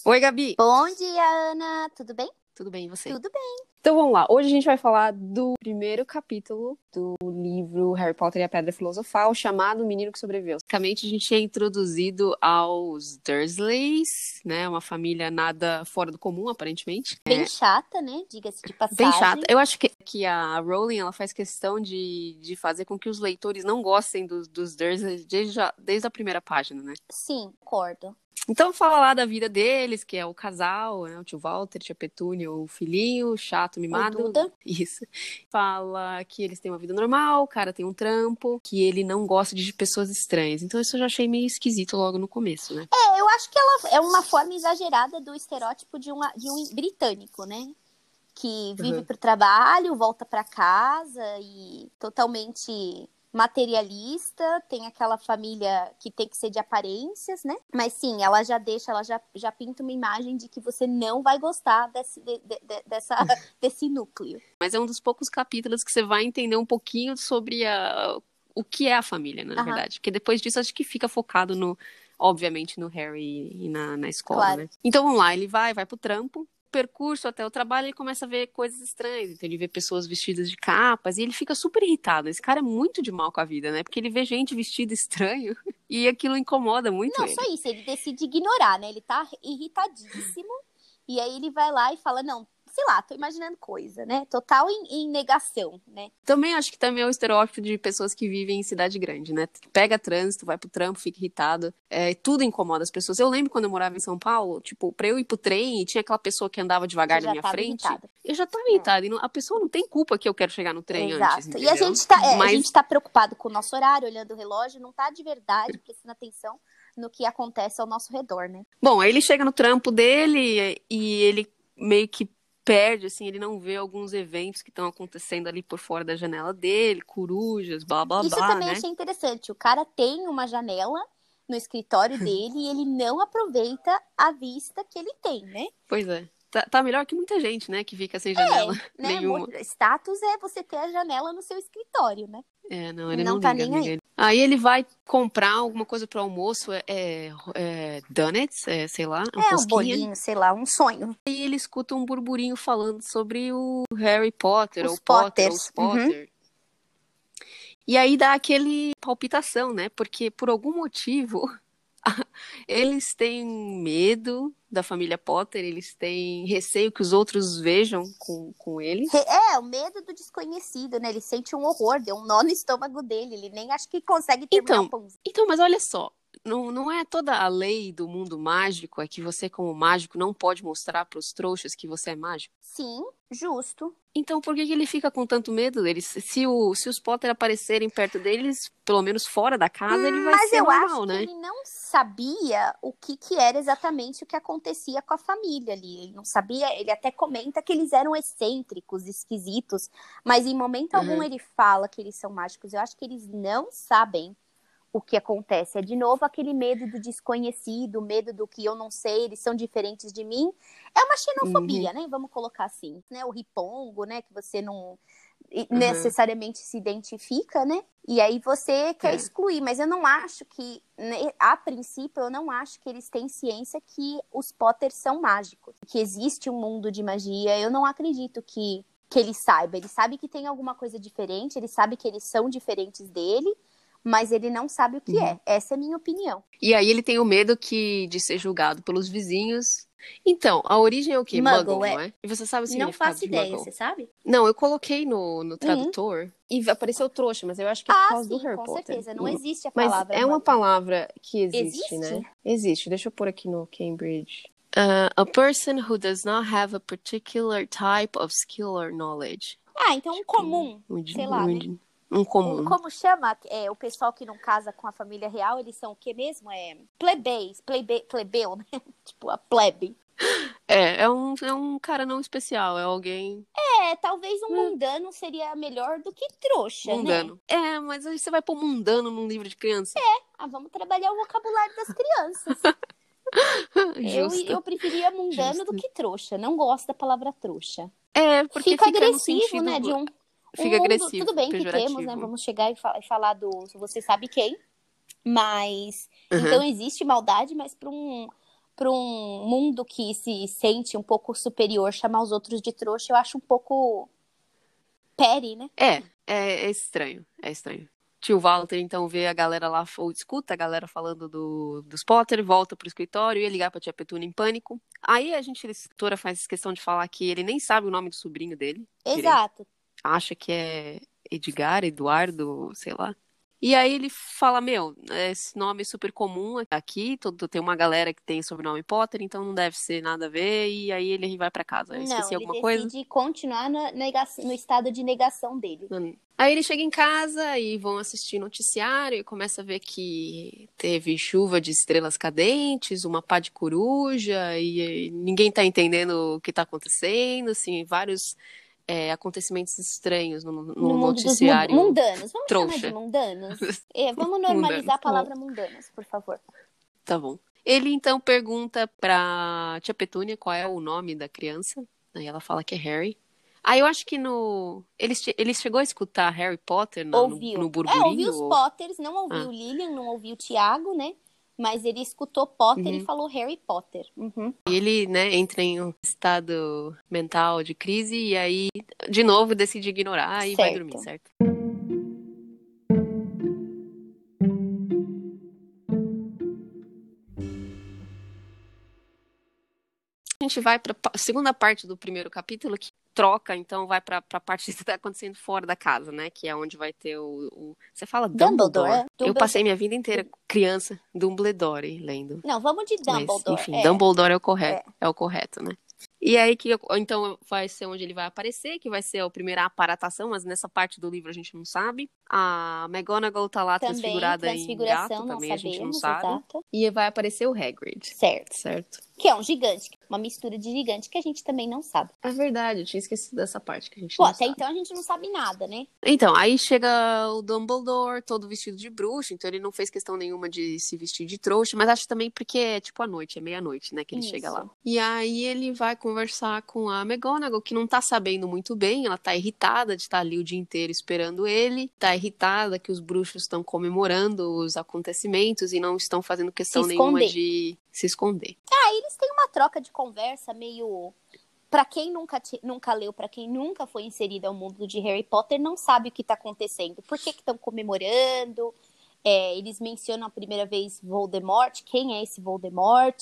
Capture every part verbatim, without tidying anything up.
Oi, Gabi. Bom dia, Ana. Tudo bem? Tudo bem, e você? Tudo bem. Então vamos lá. Hoje a gente vai falar do primeiro capítulo do livro Harry Potter e a Pedra Filosofal, chamado O Menino que Sobreviveu. Basicamente, a gente é introduzido aos Dursleys, né? Uma família nada fora do comum, aparentemente. Bem É, chata, né? Diga-se de passagem. bem chata. Eu acho que, que a Rowling, ela faz questão de, de fazer com que os leitores não gostem dos, dos Dursleys desde a, desde a primeira página, né? Sim, concordo. Então fala lá da vida deles, que é o casal, né? O tio Walter, tia Petúnia, o filhinho, chato, mimado. O Duda. Isso. Fala que eles têm uma vida normal, o cara tem um trampo, que ele não gosta de pessoas estranhas. Então isso eu já achei meio esquisito logo no começo, né? É, eu acho que ela é uma forma exagerada do estereótipo de, uma, de um britânico, né? Que vive Uhum. pro trabalho, volta pra casa e totalmente materialista, tem aquela família que tem que ser de aparências, né? Mas sim, ela já deixa, ela já, já pinta uma imagem de que você não vai gostar desse, de, de, de, dessa, desse núcleo. Mas é um dos poucos capítulos que você vai entender um pouquinho sobre a, o que é a família, na Aham. verdade. Porque depois disso, acho que fica focado no, obviamente, no Harry e na, na escola, Claro. né? Então vamos lá, ele vai, vai pro trampo. Percurso até o trabalho, ele começa a ver coisas estranhas. Então ele vê pessoas vestidas de capas e ele fica super irritado. Esse cara é muito de mal com a vida, né? Porque ele vê gente vestida estranho e aquilo incomoda muito Não, ele. só isso, ele decide ignorar, né? Ele tá irritadíssimo e aí ele vai lá e fala, não, sei lá, tô imaginando coisa, né? Total em, em negação, né? Também acho que também é o estereótipo de pessoas que vivem em cidade grande, né? Pega trânsito, vai pro trampo, fica irritado. É, tudo incomoda as pessoas. Eu lembro quando eu morava em São Paulo, tipo, pra eu ir pro trem e tinha aquela pessoa que andava devagar Você na já minha tava frente. irritada. Eu já tava irritada. E não- a pessoa não tem culpa que eu quero chegar no trem antes, Exato. entendeu? E a gente, tá, é, a Mas, gente tá preocupado com o nosso horário, olhando o relógio, não tá de verdade prestando atenção no que acontece ao nosso redor, né? bom, aí ele chega no trampo dele e ele meio que perde, assim, ele não vê alguns eventos que estão acontecendo ali por fora da janela dele, corujas, blá, blá, Isso eu blá, também né? achei interessante. O cara tem uma janela no escritório dele e ele não aproveita a vista que ele tem, né? Pois é. Tá, tá melhor que muita gente, né? Que fica sem janela É, né? nenhuma. Status é você ter a janela no seu escritório, né? É, não, ele não Não tá liga, nem aí. amiga. Aí ele vai comprar alguma coisa pro almoço, é, é, é donuts, é, sei lá, uma É um rosquinha. bolinho, sei lá, um sonho. Aí ele escuta um burburinho falando sobre o Harry Potter, Os ou Potter, ou os Potters. Uhum. Potter. E aí dá aquele palpitação, né? Porque por algum motivo eles têm medo da família Potter, eles têm receio que os outros vejam com, com eles. É, o medo do desconhecido, né? Ele sente um horror, deu um nó no estômago dele. Ele nem acha que consegue terminar Então, o pãozinho. então, mas olha só, não, não é toda a lei do mundo mágico é que você, como mágico, não pode mostrar para os trouxas que você é mágico? Sim, justo. Então, por que que ele fica com tanto medo deles? Se, o, se os Potter aparecerem perto deles, pelo menos fora da casa, ele vai Mas ser eu normal, acho que né? ele não sabia o que, que era exatamente o que acontecia com a família ali. Ele não sabia, ele até comenta que eles eram excêntricos, esquisitos, mas em momento algum Uhum. ele fala que eles são mágicos. Eu acho que eles não sabem o que acontece. É de novo aquele medo do desconhecido, medo do que eu não sei, eles são diferentes de mim. É uma xenofobia, Uhum. né? Vamos colocar assim, né? O ripongo, né? Que você não Uhum. necessariamente se identifica, né? E aí você quer É. excluir, mas eu não acho que, né, a princípio, eu não acho que eles têm ciência que os Potters são mágicos, que existe um mundo de magia. Eu não acredito que, que ele saiba. Ele sabe que tem alguma coisa diferente, ele sabe que eles são diferentes dele, mas ele não sabe o que Uhum. é. Essa é a minha opinião. E aí ele tem o medo que, de ser julgado pelos vizinhos. Então, a origem é o quê? Muggle, Muggle, é. não é? E você sabe o Não significado faço de ideia, Muggle? você sabe? Não, eu coloquei no, no Uhum. tradutor e apareceu trouxa, mas eu acho que é por Ah, causa do sim, Harry com Potter. certeza. Não existe a Mas palavra é uma Muggle. palavra que existe, Existe? né? Existe. Deixa eu pôr aqui no Cambridge. Uh, a person who does not have a particular type of skill or knowledge. Ah, então um Tipo, comum, um, di- sei lá, um, né? di- um comum. Um, como chama é, o pessoal que não casa com a família real, eles são o que mesmo? É plebeis, plebe, plebeu, né? Tipo, a plebe. É, é um, é um cara não especial, é alguém É, talvez um mundano seria melhor do que trouxa, né? mundano. É, mas aí você vai pôr mundano num livro de criança. Ah, vamos trabalhar o vocabulário das crianças. Eu, Justo. eu preferia mundano Justo. do que trouxa. Não gosto da palavra trouxa. É, porque Fica, fica, no agressivo, sentido. né? De um, um Fica mundo. agressivo, Tudo bem que pejorativo. temos, né? Vamos chegar e, fa- e falar do você sabe quem. Mas. Uhum. Então existe maldade, mas para um, para um mundo que se sente um pouco superior, chamar os outros de trouxa, eu acho um pouco petty, né? É, é, é estranho, é estranho. Tio Walter, então, vê a galera lá, ou escuta a galera falando do, dos Potter, volta pro escritório, ia ligar pra tia Petúnia em pânico. Aí a gente, a escritora faz questão de falar que ele nem sabe o nome do sobrinho dele direito. Exato. Acha que é Edgar, Eduardo, sei lá. E aí ele fala, meu, esse nome é super comum aqui, todo, tem uma galera que tem sobrenome Potter, então não deve ser nada a ver, e aí ele vai pra casa. Eu Não, esqueci ele alguma coisa? decide continuar na negação- no estado de negação dele. Aí ele chega em casa e vão assistir noticiário e começa a ver que teve chuva de estrelas cadentes, uma pá de coruja, e, e ninguém tá entendendo o que tá acontecendo, assim, vários é, acontecimentos estranhos no, no, No mundo noticiário. dos mundanos. Vamos trouxa. chamar de mundanos? É, vamos normalizar Mundanos, a palavra mundanos, por favor. Tá bom. Ele então pergunta pra tia Petúnia qual é o nome da criança. Aí ela fala que é Harry. Aí eu acho que no. Ele, che- ele chegou a escutar Harry Potter no, no, Ouviu. no É, burburinho? ouviu os ou- Potters, não ouviu Ah. o Lilian, não ouviu o Tiago, né? Mas ele escutou Potter Uhum. e falou Harry Potter. Uhum. E ele, né, entra em um estado mental de crise e aí, de novo, decide ignorar e vai Certo. dormir, certo? A gente vai para a segunda parte do primeiro capítulo, que troca, então vai para a parte que está acontecendo fora da casa, né? Que é onde vai ter o. o- Você fala Dumbledore, Dumbledore? é? Eu Dumbledore. passei minha vida inteira criança, Dumbledore, lendo. Não, vamos de Mas, Dumbledore. enfim, é. Dumbledore é o correto, é. o correto, né? E aí que então vai ser onde ele vai aparecer, que vai ser a primeira aparatação, mas nessa parte do livro a gente não sabe. A McGonagall tá lá Também, transfigurada em transfiguração, gato, não também a gente não sabemos, sabe. exato. E vai aparecer o Hagrid. Certo. Certo. Que é um gigante, uma mistura de gigante que a gente também não sabe. É verdade, eu tinha esquecido dessa parte que a gente Bom, não até sabe. então a gente não sabe nada, né? Então, aí chega o Dumbledore, todo vestido de bruxo, então ele não fez questão nenhuma de se vestir de trouxa, mas acho também porque é tipo à noite, é meia-noite, né, que ele Isso. chega lá. E aí ele vai conversar com a McGonagall, que não tá sabendo muito bem, ela tá irritada de estar ali o dia inteiro esperando ele, tá irritada que os bruxos estão comemorando os acontecimentos e não estão fazendo questão Se nenhuma esconder. de se esconder. Aí eles têm uma troca de conversa meio... Pra quem nunca, ti- nunca leu, pra quem nunca foi inserido ao mundo de Harry Potter, não sabe o que tá acontecendo. Por que que estão comemorando? É, eles mencionam a primeira vez Voldemort. Quem é esse Voldemort?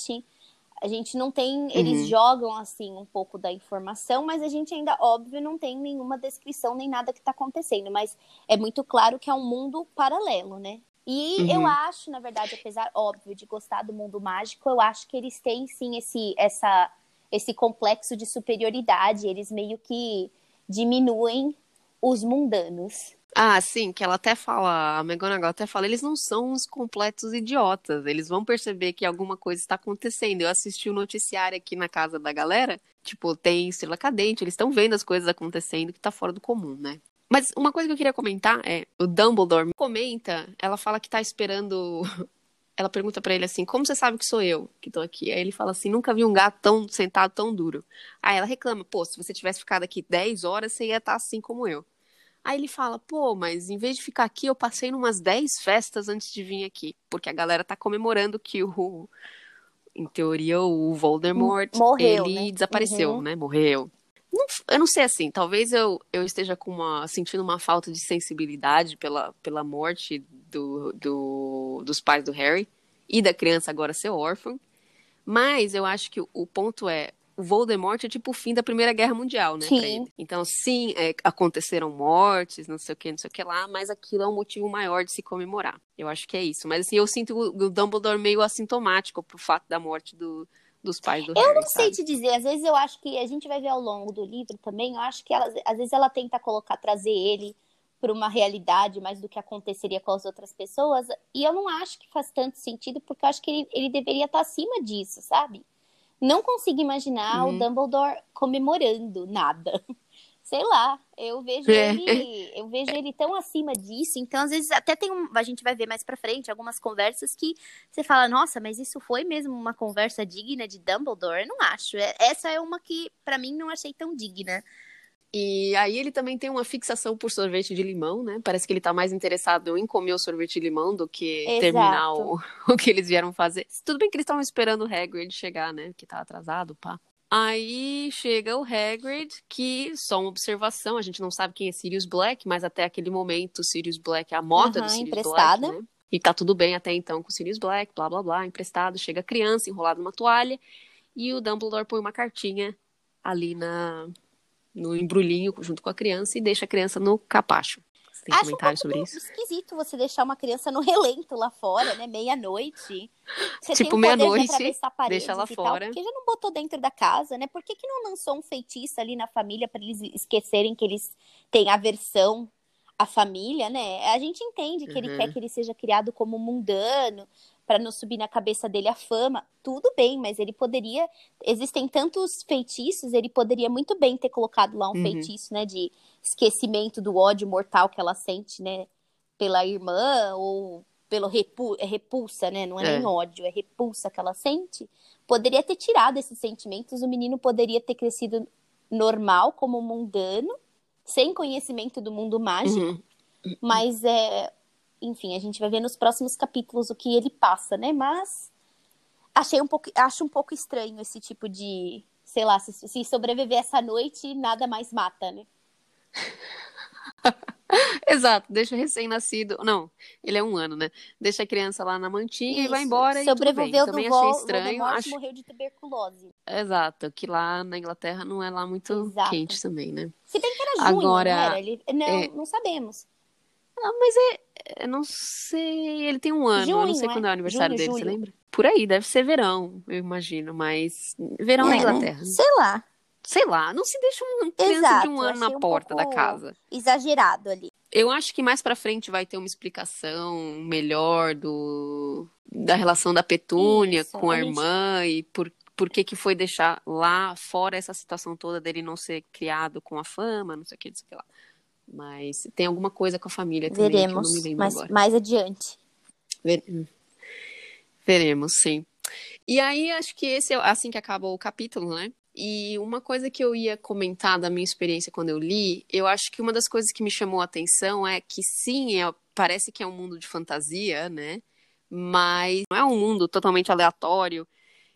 A gente não tem... Eles Uhum. jogam, assim, um pouco da informação, mas a gente ainda, óbvio, não tem nenhuma descrição nem nada que tá acontecendo. Mas é muito claro que é um mundo paralelo, né? E Uhum. eu acho, na verdade, apesar, óbvio, de gostar do mundo mágico, eu acho que eles têm, sim, esse, essa, esse complexo de superioridade. Eles meio que diminuem os mundanos. Ah, sim, que ela até fala, a McGonagall até fala, eles não são uns completos idiotas, eles vão perceber que alguma coisa está acontecendo. Eu assisti o noticiário aqui na casa da galera, tipo, tem estrela cadente, eles estão vendo as coisas acontecendo que tá fora do comum, né? Mas uma coisa que eu queria comentar é, o Dumbledore comenta, ela fala que tá esperando, ela pergunta pra ele assim, como você sabe que sou eu que tô aqui? Aí ele fala assim, nunca vi um gato tão sentado tão duro. Aí ela reclama, pô, se você tivesse ficado aqui dez horas, você ia estar assim como eu. Aí ele fala, pô, mas em vez de ficar aqui, eu passei numas dez festas antes de vir aqui. Porque a galera tá comemorando que o, em teoria, o Voldemort, Morreu, ele né? desapareceu, Uhum. né? Morreu. Não- eu não sei assim, talvez eu, eu esteja com uma, sentindo uma falta de sensibilidade pela, pela morte do, do, dos pais do Harry e da criança agora ser órfã. Mas eu acho que o, o ponto é, o Voldemort é tipo o fim da Primeira Guerra Mundial, né, Sim. pra ele. Então, sim, é, aconteceram mortes, não sei o que, não sei o que lá, mas aquilo é um motivo maior de se comemorar. Eu acho que é isso. Mas, assim, eu sinto o, o Dumbledore meio assintomático pro fato da morte do, dos pais do Eu Harry, não sei sabe? te dizer, às vezes eu acho que a gente vai ver ao longo do livro também, eu acho que ela, às vezes ela tenta colocar, trazer ele para uma realidade mais do que aconteceria com as outras pessoas, e eu não acho que faz tanto sentido, porque eu acho que ele, ele deveria estar acima disso, sabe? Não consigo imaginar Uhum. o Dumbledore comemorando nada. Sei lá, eu vejo É. ele, eu vejo ele tão acima disso, então às vezes até tem um, a gente vai ver mais pra frente algumas conversas que você fala, nossa, mas isso foi mesmo uma conversa digna de Dumbledore? Eu não acho. É- Essa é uma que pra mim não achei tão digna. E aí ele também tem uma fixação por sorvete de limão, né? Parece que ele tá mais interessado em comer o sorvete de limão do que terminar Exato. o, o que eles vieram fazer. Tudo bem que eles estavam esperando o Hagrid chegar, né? Que tá atrasado, pá. Aí chega o Hagrid, que, só uma observação, a gente não sabe quem é Sirius Black, mas até aquele momento Sirius Black é a moda Uhum, do Sirius emprestada. Black, né? E tá tudo bem até então com Sirius Black, blá blá blá, emprestado. Chega a criança enrolada numa toalha e o Dumbledore põe uma cartinha ali na... no embrulhinho junto com a criança e deixa a criança no capacho. Você tem Acho um comentário pouco sobre isso? esquisito você deixar uma criança no relento lá fora, né? Meia-noite. Você Tipo, tem o poder de meia-noite, atravessar paredes deixa ela e fora. tal, porque já não botou dentro da casa, né? Por que, que não lançou um feitiço ali na família para eles esquecerem que eles têm aversão à família, né? A gente entende que Uhum. ele quer que ele seja criado como mundano, para não subir na cabeça dele a fama. Tudo bem, mas ele poderia... Existem tantos feitiços, ele poderia muito bem ter colocado lá um Uhum. feitiço, né? De esquecimento do ódio mortal que ela sente, né? Pela irmã, ou pelo repu é repulsa, né? Não é, É. nem ódio, é repulsa que ela sente. Poderia ter tirado esses sentimentos, o menino poderia ter crescido normal, como mundano, sem conhecimento do mundo mágico, Uhum. mas é... Enfim, a gente vai ver nos próximos capítulos o que ele passa, né? Mas achei um pouco, acho um pouco estranho esse tipo de... Sei lá, se, se sobreviver essa noite, nada mais mata, né? Exato, deixa recém-nascido. Não, ele é um ano, né? Deixa a criança lá na mantinha e vai Isso, embora e tudo bem. sobreviveu do Também achei Vol estranho. Voldemort, Acho... morreu de tuberculose. Exato, que lá na Inglaterra não é lá muito Exato. quente também, né? Se bem que era junho, não era? Agora, Ele... Não, é... não sabemos. Ah, mas é... Eu não sei... Ele tem um ano, eu não sei Junho, quando é? é o aniversário Junho, dele, você julho. lembra? Por aí, deve ser verão, eu imagino, mas... Verão na É, né? Inglaterra. Sei lá. Sei lá, não se deixa uma criança de um Exato, ano na achei um porta da pouco casa. exagerado ali. Eu acho que mais pra frente vai ter uma explicação melhor do da relação da Petúnia Isso, com a, a gente... irmã e por, por que que foi deixar lá fora essa situação toda dele não ser criado com a fama, não sei o que, não sei o que lá. Mas tem alguma coisa com a família também que eu não me Veremos lembro mais, agora. mais adiante. Vere- Veremos, sim. E aí, acho que esse é assim que acaba o capítulo, né? E uma coisa que eu ia comentar da minha experiência quando eu li, eu acho que uma das coisas que me chamou a atenção é que sim, é, parece que é um mundo de fantasia, né? Mas não é um mundo totalmente aleatório,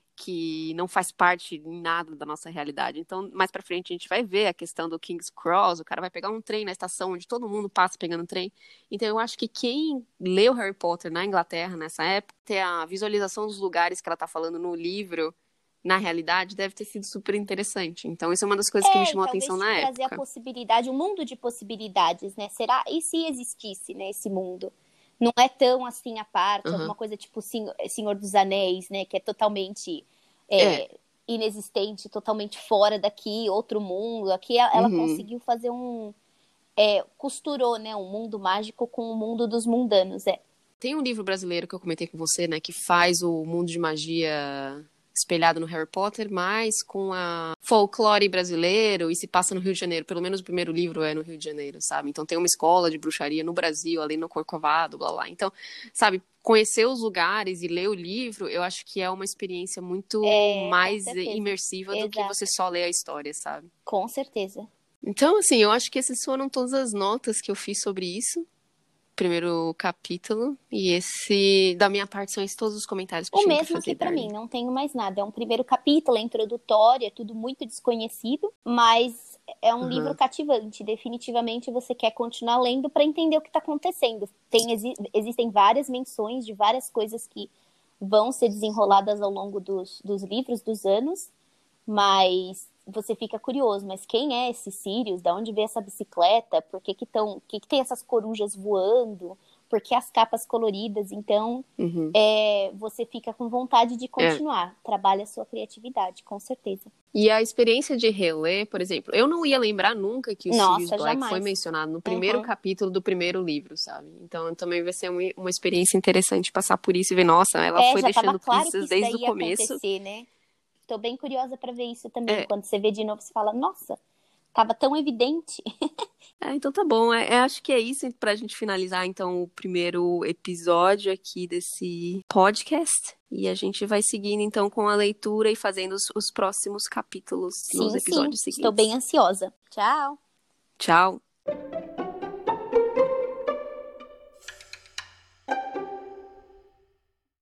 que não faz parte em nada da nossa realidade. Então, mais pra frente a gente vai ver a questão do King's Cross, o cara vai pegar um trem na estação onde todo mundo passa pegando trem. Então, eu acho que quem leu Harry Potter na Inglaterra nessa época, ter a visualização dos lugares que ela tá falando no livro, na realidade, deve ter sido super interessante. Então, isso é uma das coisas que me É, e chamou a talvez atenção te na trazer a época. possibilidade, um mundo de possibilidades, né? Será? E se existisse, né, esse mundo? Não é tão assim à parte, Uhum. alguma coisa tipo Senhor, Senhor dos Anéis, né? Que é totalmente É. é, inexistente, totalmente fora daqui, outro mundo. Aqui ela Uhum. conseguiu fazer um... É, costurou, né? Um mundo mágico com o mundo dos mundanos, é. Tem um livro brasileiro que eu comentei com você, né? Que faz o mundo de magia espelhado no Harry Potter, mas com a folclore brasileiro e se passa no Rio de Janeiro. Pelo menos o primeiro livro é no Rio de Janeiro, sabe? Então tem uma escola de bruxaria no Brasil, ali no Corcovado, blá blá. Então, sabe, conhecer os lugares e ler o livro, eu acho que é uma experiência muito É, mais com certeza. imersiva do que Exato. você só ler a história, sabe? Com certeza. Então, assim, eu acho que essas foram todas as notas que eu fiz sobre isso. Primeiro capítulo. E esse, da minha parte, são esses todos os comentários que eu O tinha pra mesmo fazer, aqui pra Darling. mim, não tenho mais nada. É um primeiro capítulo, é introdutório, é tudo muito desconhecido, mas é um Uhum. livro cativante. Definitivamente você quer continuar lendo pra entender o que tá acontecendo. Tem, exi existem várias menções de várias coisas que vão ser desenroladas ao longo dos, dos livros, dos anos, mas você fica curioso, mas quem é esse Sirius? Da onde veio essa bicicleta? Por que que, tão, que, que tem essas corujas voando? Por que as capas coloridas? Então, Uhum. é, você fica com vontade de continuar. É. Trabalha a sua criatividade, com certeza. E a experiência de reler, por exemplo, eu não ia lembrar nunca que o Nossa, Sirius Black jamais. foi mencionado no primeiro Uhum. capítulo do primeiro livro, sabe? Então também vai ser uma, uma experiência interessante passar por isso e ver, nossa, ela é, foi já deixando claro pistas que desde isso o daí ia começo. acontecer, né? Tô bem curiosa pra ver isso também. É. Quando você vê de novo, você fala, nossa, tava tão evidente. É, então tá bom. É, é, acho que é isso pra gente finalizar, então, o primeiro episódio aqui desse podcast. E a gente vai seguindo, então, com a leitura e fazendo os, os próximos capítulos Sim, nos episódios sim. seguintes. Estou bem ansiosa. Tchau. Tchau!